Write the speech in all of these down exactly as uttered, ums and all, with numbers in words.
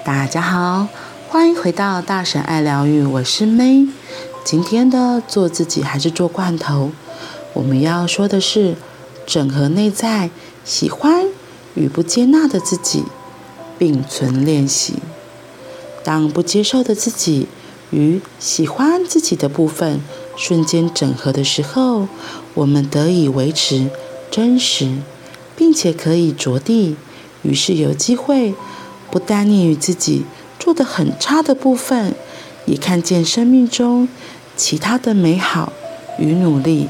大家好，欢迎回到大神爱疗愈，我是 May。今天的做自己还是做罐头，我们要说的是整合内在喜欢与不接纳的自己，并存练习。当不接受的自己与喜欢自己的部分瞬间整合的时候，我们得以维持真实，并且可以着地，于是有机会不单念于自己做得很差的部分，也看见生命中其他的美好与努力。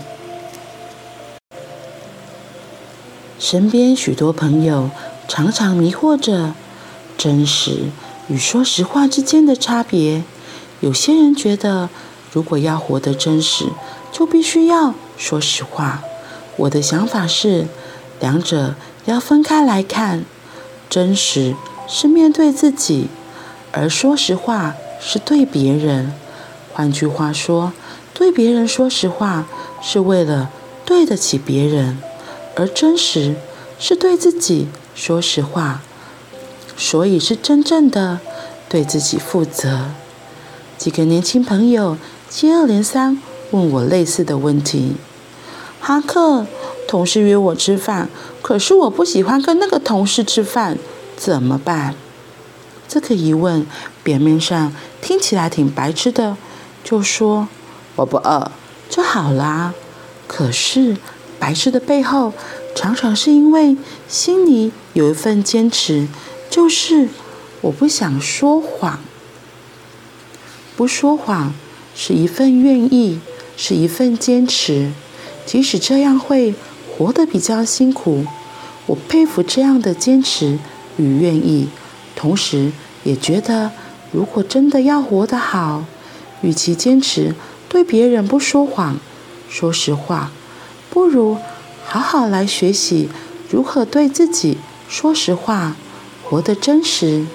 身边许多朋友常常迷惑着真实与说实话之间的差别。有些人觉得，如果要活得真实，就必须要说实话。我的想法是，两者要分开来看。真实是面对自己，而说实话是对别人。换句话说，对别人说实话是为了对得起别人，而真实是对自己说实话，所以是真正的对自己负责。几个年轻朋友接二连三问我类似的问题。哈克，同事约我吃饭，可是我不喜欢跟那个同事吃饭，怎么办？这个疑问表面上听起来挺白痴的，就说我不饿就好啦。可是白痴的背后常常是因为心里有一份坚持，就是我不想说谎。不说谎是一份愿意，是一份坚持，即使这样会活得比较辛苦。我佩服这样的坚持与愿意，同时也觉得，如果真的要活得好，与其坚持对别人不说谎，说实话，不如好好来学习如何对自己说实话，活得真实。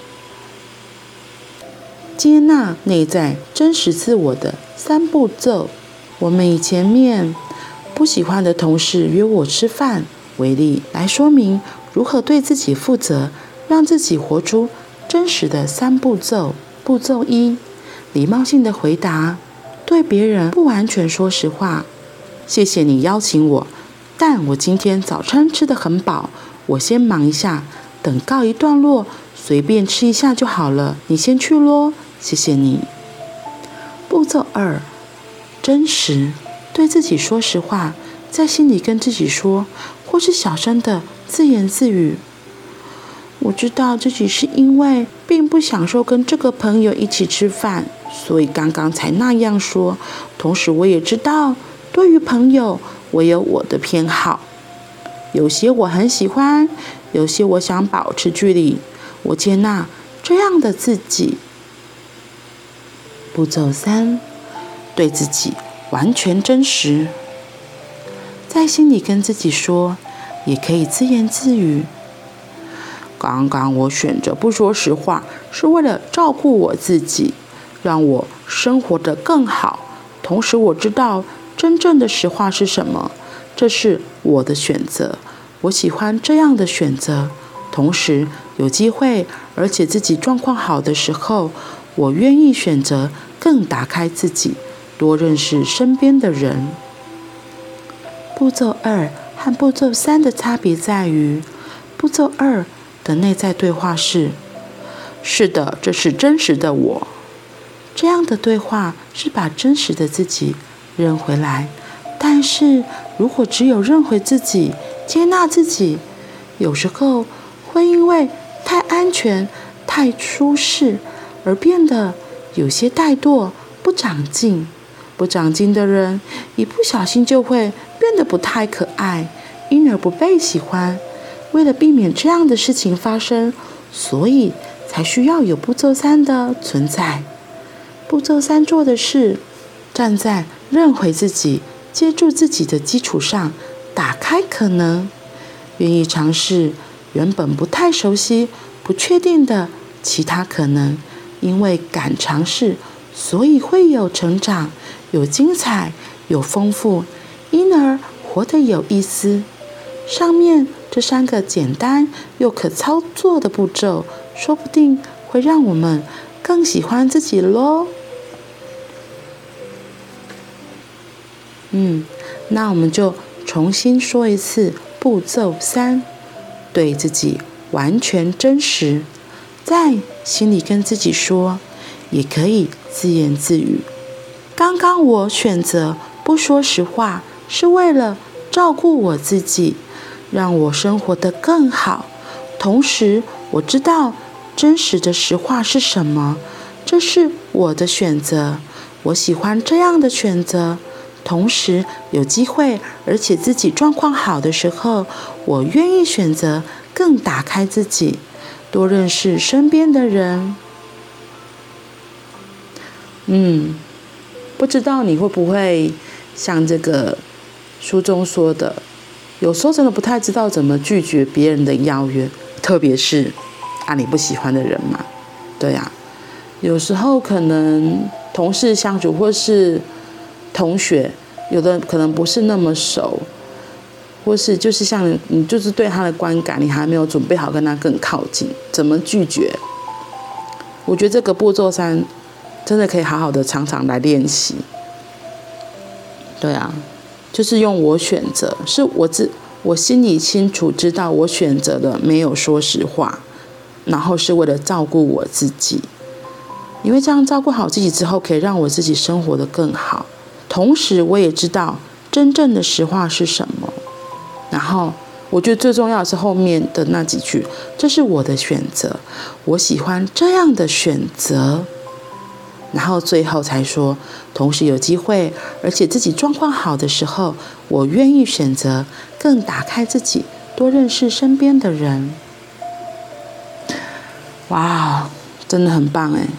接纳内在真实自我的三步骤。我们以前面不喜欢的同事约我吃饭为例，来说明如何对自己负责，让自己活出真实的三步骤。步骤一，礼貌性的回答，对别人不完全说实话。谢谢你邀请我，但我今天早餐吃得很饱，我先忙一下，等告一段落，随便吃一下就好了，你先去咯，谢谢你。步骤二，真实，对自己说实话，在心里跟自己说，或是小声的自言自语。我知道自己是因为并不享受跟这个朋友一起吃饭，所以刚刚才那样说。同时我也知道，对于朋友，我有我的偏好，有些我很喜欢，有些我想保持距离。我接纳这样的自己。步骤三，对自己完全真实，在心里跟自己说，也可以自言自语。刚刚我选择不说实话，是为了照顾我自己，让我生活得更好。同时我知道真正的实话是什么，这是我的选择，我喜欢这样的选择。同时有机会，而且自己状况好的时候，我愿意选择更打开自己，多认识身边的人。步骤二和步骤三的差别在于，步骤二的内在对话是，是的，这是真实的我。这样的对话是把真实的自己认回来。但是如果只有认回自己，接纳自己，有时候会因为太安全、太舒适而变得有些怠惰、不长进。不长进的人，一不小心就会变得不太可爱，因而不被喜欢。为了避免这样的事情发生，所以才需要有步骤三的存在。步骤三做的是，站在认回自己、接住自己的基础上，打开可能，愿意尝试原本不太熟悉、不确定的其他可能。因为敢尝试，所以会有成长，有精彩，有丰富，因而活得有意思。上面这三个简单又可操作的步骤，说不定会让我们更喜欢自己咯。嗯，那我们就重新说一次步骤三，对自己完全真实，在心里跟自己说，也可以自言自语。刚刚我选择不说实话，是为了照顾我自己，让我生活得更好。同时，我知道真实的实话是什么，这是我的选择，我喜欢这样的选择。同时，有机会，而且自己状况好的时候，我愿意选择更打开自己，多认识身边的人。嗯，不知道你会不会像这个书中说的，有时候真的不太知道怎么拒绝别人的邀约，特别是啊你不喜欢的人嘛。对啊，有时候可能同事相处或是同学，有的可能不是那么熟，或是就是像你就是对他的观感，你还没有准备好跟他更靠近，怎么拒绝？我觉得这个步骤三真的可以好好的常常来练习。对啊，就是用我选择，是我自我心里清楚知道我选择了没有说实话，然后是为了照顾我自己，因为这样照顾好自己之后，可以让我自己生活得更好。同时我也知道真正的实话是什么，然后我觉得最重要的是后面的那几句，这是我的选择，我喜欢这样的选择。然后最后才说，同时有机会，而且自己状况好的时候，我愿意选择更打开自己，多认识身边的人。哇，真的很棒哎！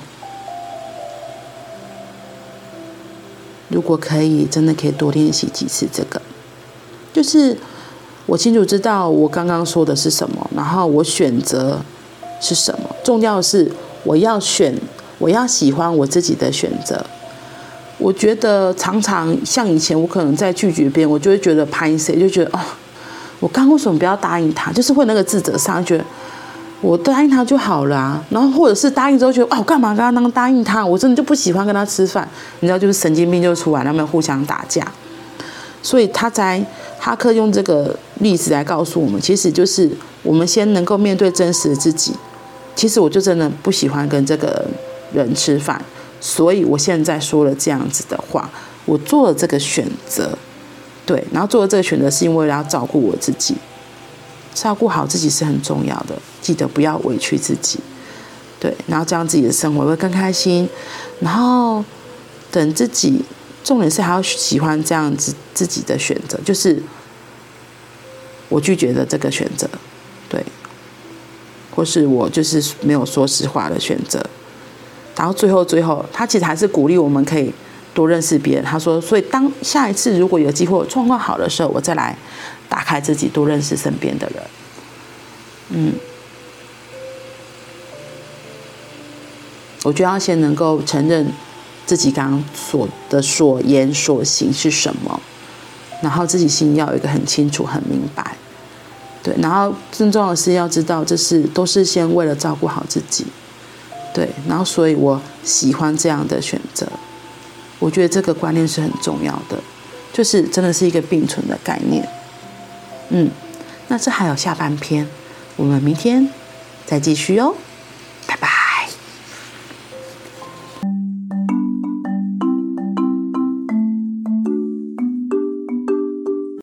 如果可以，真的可以多练习几次这个。就是我清楚知道我刚刚说的是什么，然后我选择是什么。重要的是我要选，我要喜欢我自己的选择。我觉得常常像以前，我可能在拒绝别人，我就会觉得拍谁，就觉得哦，我刚刚为什么不要答应他？就是会那个自责上，觉得我答应他就好了啊。然后或者是答应之后觉得，哦，我干嘛刚刚答应他？我真的就不喜欢跟他吃饭。你知道，就是神经病就出来，他们互相打架。所以他在哈克用这个例子来告诉我们，其实就是我们先能够面对真实的自己。其实我就真的不喜欢跟这个人吃饭，所以我现在说了这样子的话，我做了这个选择，对，然后做了这个选择是因为要照顾我自己，照顾好自己是很重要的，记得不要委屈自己，对，然后这样自己的生活会更开心，然后等自己，重点是还要喜欢这样子自己的选择，就是我拒绝的这个选择，对，或是我就是没有说实话的选择。然后最后最后他其实还是鼓励我们可以多认识别人。他说，所以当下一次如果有机会状况好的时候，我再来打开自己，多认识身边的人。嗯，我觉得要先能够承认自己刚刚所的所言所行是什么，然后自己心里要有一个很清楚很明白，对，然后更重要的是要知道这是都是先为了照顾好自己，对，然后所以我喜欢这样的选择。我觉得这个观念是很重要的，就是真的是一个并存的概念。嗯，那这还有下半篇，我们明天再继续哦。